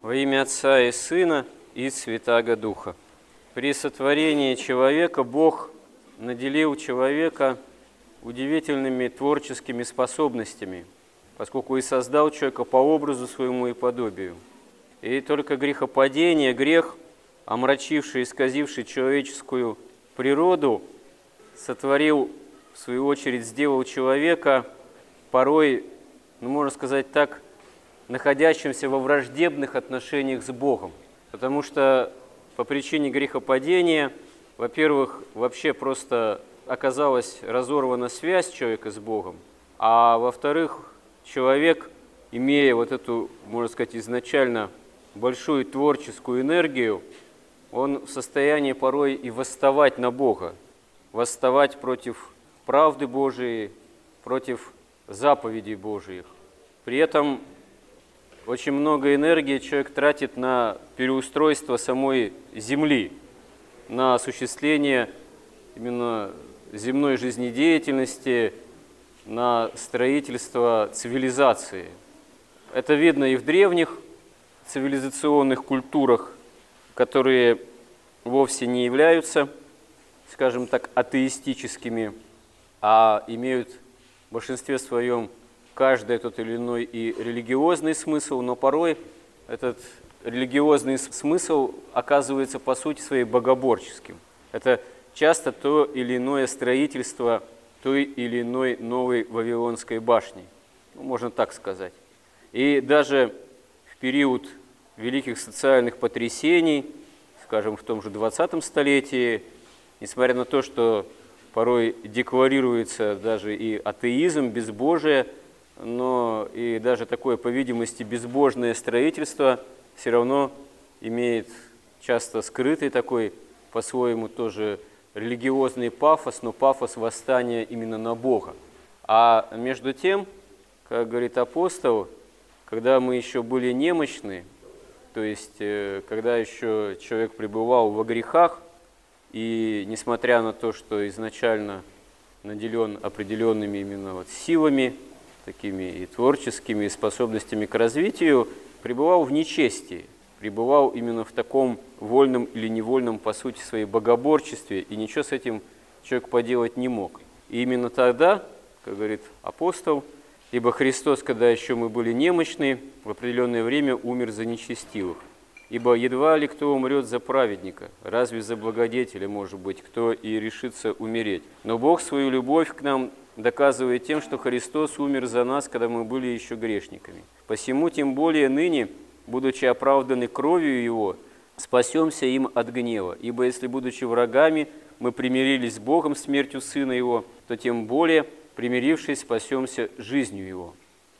Во имя Отца и Сына и Святаго Духа. При сотворении человека Бог наделил человека удивительными творческими способностями, поскольку и создал человека по образу своему и подобию. И только грехопадение, грех, омрачивший и исказивший человеческую природу, сотворил, в свою очередь, сделал человека порой, можно сказать так, находящимся во враждебных отношениях с Богом. Потому что по причине грехопадения, во-первых, вообще просто оказалась разорвана связь человека с Богом, а во-вторых, человек, имея вот эту, можно сказать, изначально большую творческую энергию, он в состоянии порой и восставать на Бога, восставать против правды Божией, против заповедей Божиих. При этом очень много энергии человек тратит на переустройство самой земли, на осуществление именно земной жизнедеятельности, на строительство цивилизации. Это видно и в древних цивилизационных культурах, которые вовсе не являются, скажем так, атеистическими, а имеют в большинстве своем каждый тот или иной и религиозный смысл, но порой этот религиозный смысл оказывается по сути своей богоборческим. Это часто то или иное строительство той или иной новой Вавилонской башни, можно так сказать. И даже в период великих социальных потрясений, скажем, в том же 20 столетии, несмотря на то, что порой декларируется даже и атеизм, безбожие, но и даже такое, по видимости, безбожное строительство все равно имеет часто скрытый такой, по-своему, тоже религиозный пафос, но пафос восстания именно на Бога. А между тем, как говорит апостол, когда мы еще были немощны, то есть когда еще человек пребывал во грехах, и несмотря на то, что изначально наделен определенными именно вот силами, такими и творческими, и способностями к развитию, пребывал в нечестии, пребывал именно в таком вольном или невольном, по сути, своей богоборчестве, и ничего с этим человек поделать не мог. И именно тогда, как говорит апостол, ибо Христос, когда еще мы были немощны, в определенное время умер за нечестивых. Ибо едва ли кто умрет за праведника, разве за благодетеля, может быть, кто и решится умереть. Но Бог свою любовь к нам доказывает тем, что Христос умер за нас, когда мы были еще грешниками. Посему, тем более ныне, будучи оправданы кровью Его, спасемся им от гнева. Ибо если, будучи врагами, мы примирились с Богом смертью Сына Его, то тем более, примирившись, спасемся жизнью Его.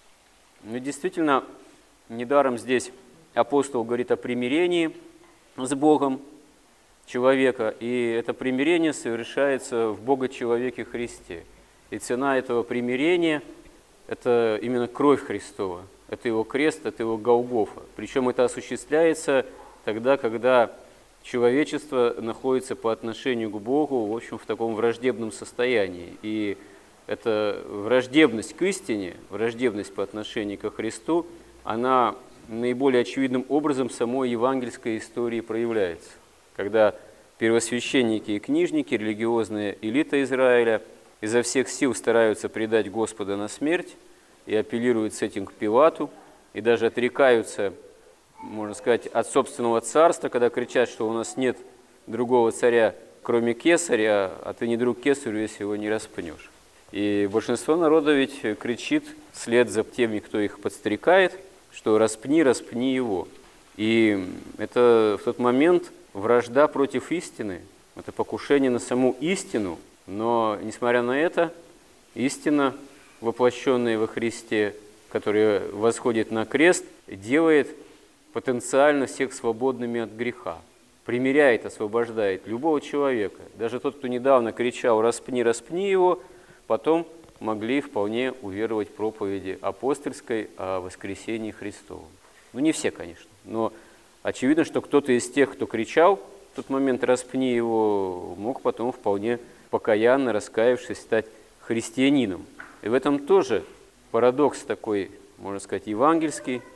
Ну, действительно, недаром здесь апостол говорит о примирении с Богом человека, и это примирение совершается в Бога-человеке Христе. И цена этого примирения – это именно кровь Христова, это Его крест, это Его Голгофа. Причем это осуществляется тогда, когда человечество находится по отношению к Богу, в общем, в таком враждебном состоянии. И эта враждебность к истине, враждебность по отношению ко Христу, она наиболее очевидным образом в самой евангельской истории проявляется. Когда первосвященники и книжники, религиозная элита Израиля изо всех сил стараются предать Господа на смерть и апеллируют с этим к Пилату, и даже отрекаются, можно сказать, от собственного царства, когда кричат, что у нас нет другого царя, кроме Кесаря, а ты не друг Кесарю, если его не распнешь. И большинство народа ведь кричит вслед за теми, кто их подстрекает, что распни, распни его. И это в тот момент вражда против истины, это покушение на саму истину, но, несмотря на это, истина, воплощенная во Христе, которая восходит на крест, делает потенциально всех свободными от греха, примиряет, освобождает любого человека. Даже тот, кто недавно кричал «распни, распни его», потом могли вполне уверовать в проповеди апостольской о воскресении Христовом. Ну, не все, конечно, но очевидно, что кто-то из тех, кто кричал в тот момент «распни его», мог потом вполне покаянно, раскаявшись, стать христианином. И в этом тоже парадокс такой, можно сказать, евангельский,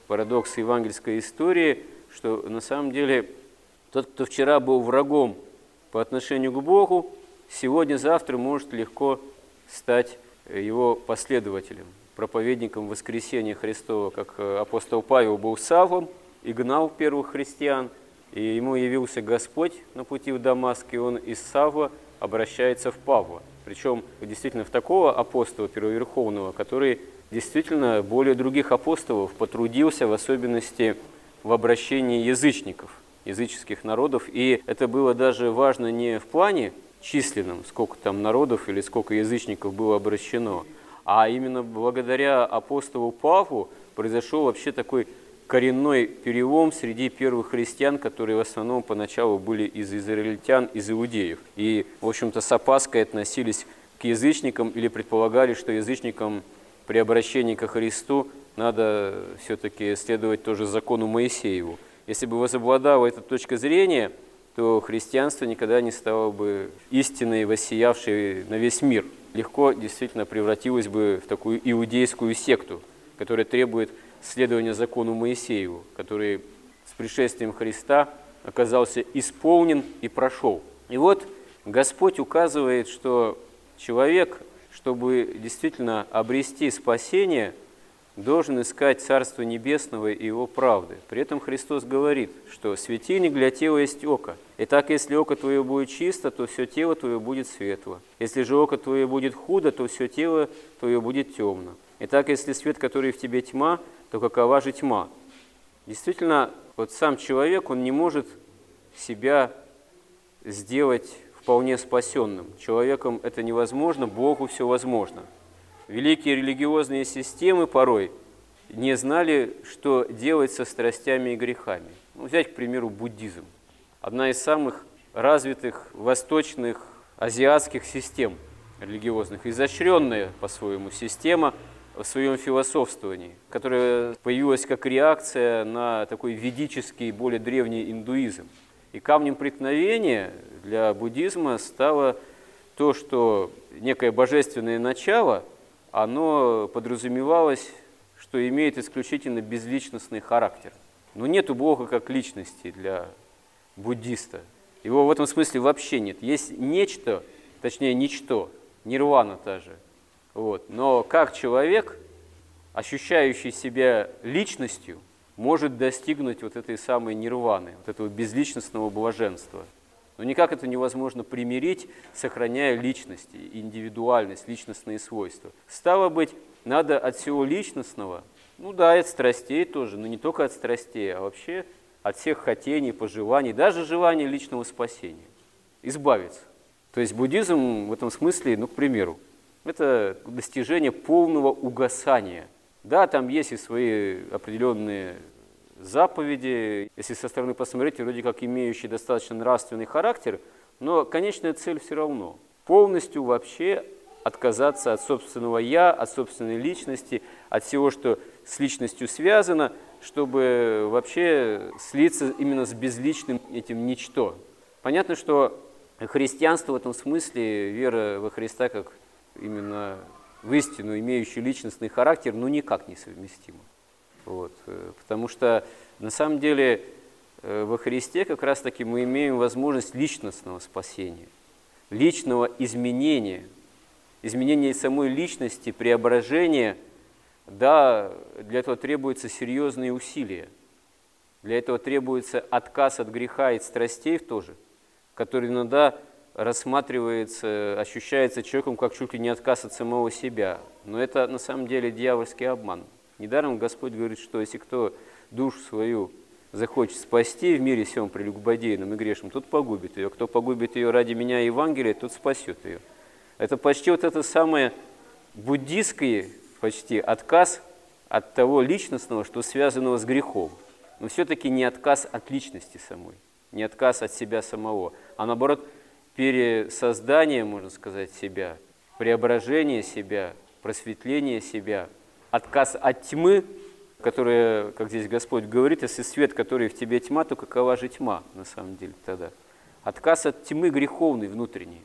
парадокс евангельской истории, что на самом деле тот, кто вчера был врагом по отношению к Богу, сегодня-завтра может легко стать его последователем, проповедником воскресения Христова, как апостол Павел был Савлом и гнал первых христиан, и ему явился Господь на пути в Дамаск, и он из Савла обращается в Павла. Причем действительно в такого апостола первоверховного, который действительно более других апостолов потрудился, в особенности в обращении язычников, языческих народов. И это было даже важно не в плане численном, сколько там народов или сколько язычников было обращено, а именно благодаря апостолу Павлу произошел вообще такой коренной перелом среди первых христиан, которые в основном поначалу были из израильтян, из иудеев. И, в общем-то, с опаской относились к язычникам или предполагали, что язычникам при обращении ко Христу надо все-таки следовать тоже закону Моисееву. Если бы возобладала эта точка зрения, то христианство никогда не стало бы истиной, воссиявшей на весь мир. Легко действительно превратилось бы в такую иудейскую секту, которая требует следования закону Моисееву, который с пришествием Христа оказался исполнен и прошел. И вот Господь указывает, что человек, чтобы действительно обрести спасение, должен искать Царство Небесного и Его правды. При этом Христос говорит, что светильник для тела есть око. Итак, если око твое будет чисто, то все тело твое будет светло. Если же око твое будет худо, то все тело твое будет темно. Итак, если свет, который в тебе тьма, то какова же тьма? Действительно, вот сам человек, он не может себя сделать вполне спасенным. Человеком это невозможно, Богу все возможно. Великие религиозные системы порой не знали, что делать со страстями и грехами. Взять, к примеру, буддизм. Одна из самых развитых восточных азиатских систем религиозных, изощренная по-своему система в своем философствовании, которая появилась как реакция на такой ведический, более древний индуизм. И камнем преткновения для буддизма стало то, что некое божественное начало, оно подразумевалось, что имеет исключительно безличностный характер. Но нет Бога как личности для буддиста. Его в этом смысле вообще нет. Есть нечто, точнее ничто, нирвана та же. Вот. Но как человек, ощущающий себя личностью, может достигнуть вот этой самой нирваны, вот этого безличностного блаженства? Но никак это невозможно примирить, сохраняя личность, индивидуальность, личностные свойства. Стало быть, надо от всего личностного, ну да, и от страстей тоже, но не только от страстей, а вообще от всех хотений, пожеланий, даже желания личного спасения, избавиться. То есть буддизм в этом смысле, ну, к примеру, это достижение полного угасания. Да, там есть и свои определенные заповеди, если со стороны посмотреть, вроде как имеющие достаточно нравственный характер, но конечная цель все равно. Полностью вообще отказаться от собственного «я», от собственной личности, от всего, что с личностью связано, чтобы вообще слиться именно с безличным этим ничто. Понятно, что христианство в этом смысле, вера во Христа как именно в истину, имеющую личностный характер, ну никак не совместима. Вот. Потому что на самом деле во Христе как раз-таки мы имеем возможность личностного спасения, личного изменения, изменения самой личности, преображения. Да, для этого требуются серьезные усилия. Для этого требуется отказ от греха и от страстей тоже, который иногда рассматривается, ощущается человеком как чуть ли не отказ от самого себя. Но это на самом деле дьявольский обман. Недаром Господь говорит, что если кто душу свою захочет спасти в мире сем прелюбодейном и грешном, тот погубит ее. Кто погубит ее ради меня и Евангелия, тот спасет ее. Это почти вот это самое буддистское почти отказ от того личностного, что связанного с грехом. Но все-таки не отказ от личности самой, не отказ от себя самого, а наоборот пересоздание, можно сказать, себя, преображение себя, просветление себя, отказ от тьмы, которая, как здесь Господь говорит, если свет, который в тебе тьма, то какова же тьма на самом деле тогда? Отказ от тьмы греховной внутренней.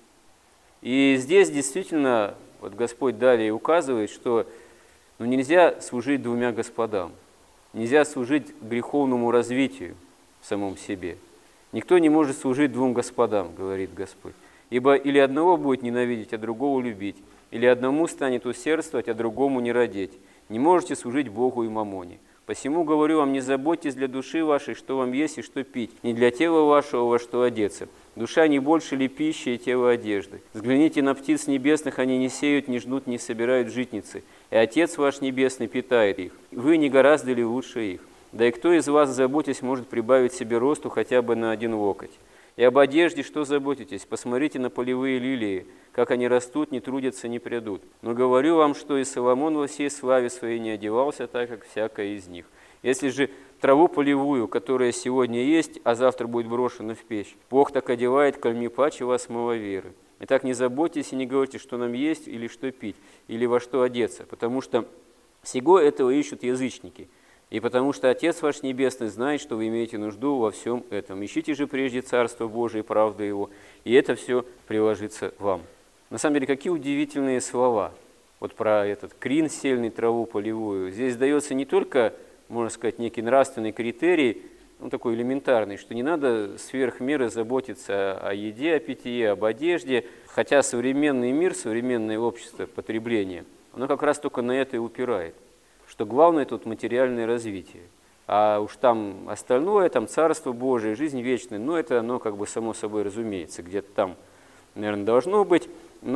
И здесь действительно вот Господь далее указывает, что нельзя служить двумя господам. Нельзя служить греховному развитию в самом себе. Никто не может служить двум господам, говорит Господь. Ибо или одного будет ненавидеть, а другого любить, или одному станет усердствовать, а другому не родить. Не можете служить Богу и мамоне. Посему говорю вам, не заботьтесь для души вашей, что вам есть и что пить, не для тела вашего, во что одеться. Душа не больше ли пищи и тело одежды? Взгляните на птиц небесных, они не сеют, не жнут, не собирают в житницы, и Отец ваш Небесный питает их. Вы не гораздо ли лучше их? Да и кто из вас, заботясь, может прибавить себе росту хотя бы на 1 локоть? И об одежде что заботитесь? Посмотрите на полевые лилии, как они растут, не трудятся, не прядут. Но говорю вам, что и Соломон во всей славе своей не одевался так, как всякая из них. Если же траву полевую, которая сегодня есть, а завтра будет брошена в печь, Бог так одевает, коль не паче вас маловеры. Итак, не заботьтесь и не говорите, что нам есть, или что пить, или во что одеться, потому что всего этого ищут язычники. И потому что Отец ваш Небесный знает, что вы имеете нужду во всем этом. Ищите же прежде Царство Божие и правду Его, и это все приложится вам. На самом деле, какие удивительные слова. Вот про этот крин сельный, траву полевую. Здесь дается не только, можно сказать, некий нравственный критерий, ну, такой элементарный, что не надо сверх меры заботиться о еде, о питье, об одежде, хотя современный мир, современное общество потребления, оно как раз только на это и упирает. Что главное тут материальное развитие. А уж там остальное, там Царство Божие, жизнь вечная, ну это оно как бы само собой разумеется, где-то там, наверное, должно быть,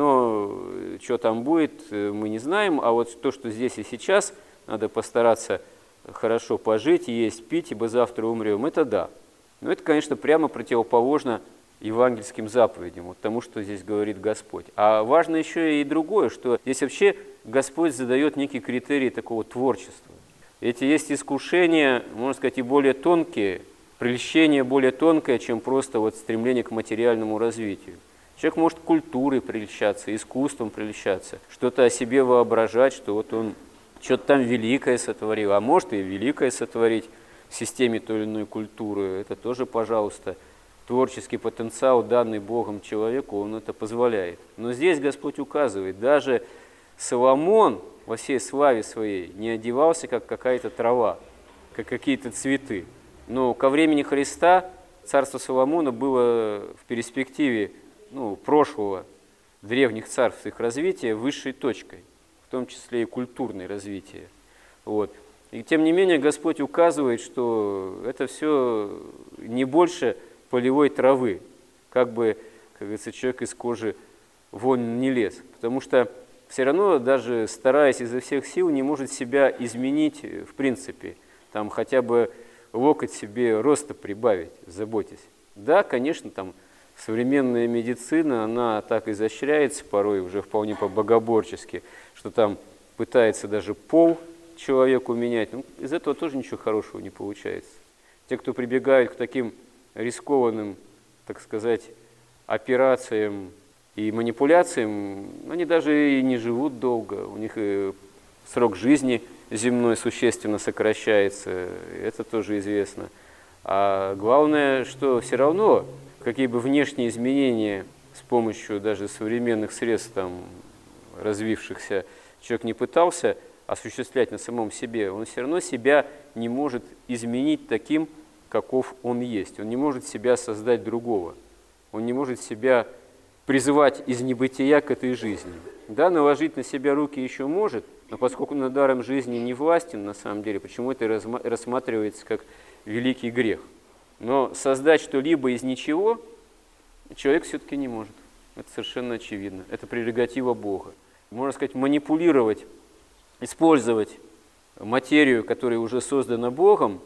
но что там будет, мы не знаем, а вот то, что здесь и сейчас, надо постараться хорошо пожить, есть, пить, ибо завтра умрем, это да. Но это, конечно, прямо противоположно евангельским заповедям, вот тому, что здесь говорит Господь. А важно еще и другое, что здесь вообще Господь задает некий критерий такого творчества. Эти есть искушения, можно сказать, и более тонкие, прельщение более тонкое, чем просто вот стремление к материальному развитию. Человек может культурой прельщаться, искусством прельщаться, что-то о себе воображать, что вот он что-то там великое сотворил, а может и великое сотворить в системе той или иной культуры. Это тоже, пожалуйста, творческий потенциал, данный Богом человеку, он это позволяет. Но здесь Господь указывает, даже Соломон во всей славе своей не одевался, как какая-то трава, как какие-то цветы. Но ко времени Христа царство Соломона было в перспективе прошлого древних царств их развития высшей точкой, в том числе и культурное развитие. Вот. И тем не менее Господь указывает, что это все не больше полевой травы, как бы, как говорится, человек из кожи вон не лез, потому что все равно, даже стараясь изо всех сил, не может себя изменить в принципе, там хотя бы локоть себе роста прибавить, заботясь. Да, конечно, там современная медицина, она так изощряется порой уже вполне по-богоборчески, что там пытается даже пол человеку менять. Ну, из этого тоже ничего хорошего не получается. Те, кто прибегают к таким рискованным, так сказать, операциям и манипуляциям, они даже и не живут долго, у них и срок жизни земной существенно сокращается, это тоже известно. А главное, что все равно, какие бы внешние изменения с помощью даже современных средств, там, развившихся, человек не пытался осуществлять на самом себе, он все равно себя не может изменить таким, каков он есть. Он не может себя создать другого. Он не может себя призывать из небытия к этой жизни. Да, наложить на себя руки еще может, но поскольку над даром жизни не властен, на самом деле, почему это рассматривается как великий грех. Но создать что-либо из ничего человек все-таки не может. Это совершенно очевидно. Это прерогатива Бога. Можно сказать, манипулировать, использовать материю, которая уже создана Богом,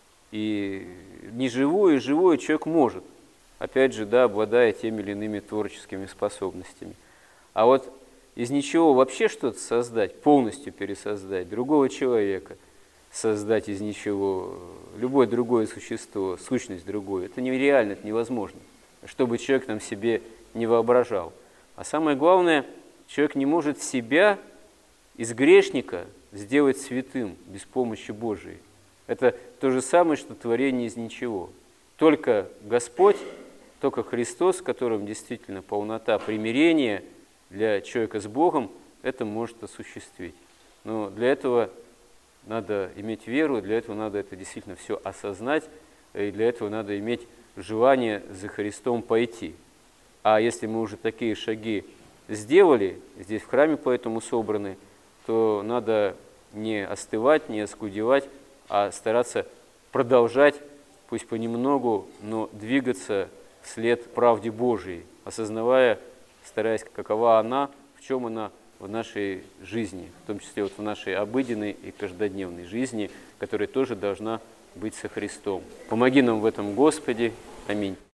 и неживую, и живую человек может. Опять же, да, обладая теми или иными творческими способностями. А вот из ничего вообще что-то создать, полностью пересоздать, другого человека создать из ничего, любое другое существо, сущность другую, это нереально, это невозможно, чтобы человек там себе не воображал. А самое главное, человек не может себя из грешника сделать святым без помощи Божией. Это то же самое, что творение из ничего. Только Господь, только Христос, в котором действительно полнота примирения для человека с Богом, это может осуществить. Но для этого надо иметь веру, для этого надо это действительно все осознать, и для этого надо иметь желание за Христом пойти. А если мы уже такие шаги сделали, здесь в храме поэтому собраны, то надо не остывать, не оскудевать, а стараться продолжать, пусть понемногу, но двигаться вслед правде Божией, осознавая, стараясь, какова она, в чем она в нашей жизни, в том числе вот в нашей обыденной и каждодневной жизни, которая тоже должна быть со Христом. Помоги нам в этом, Господи. Аминь.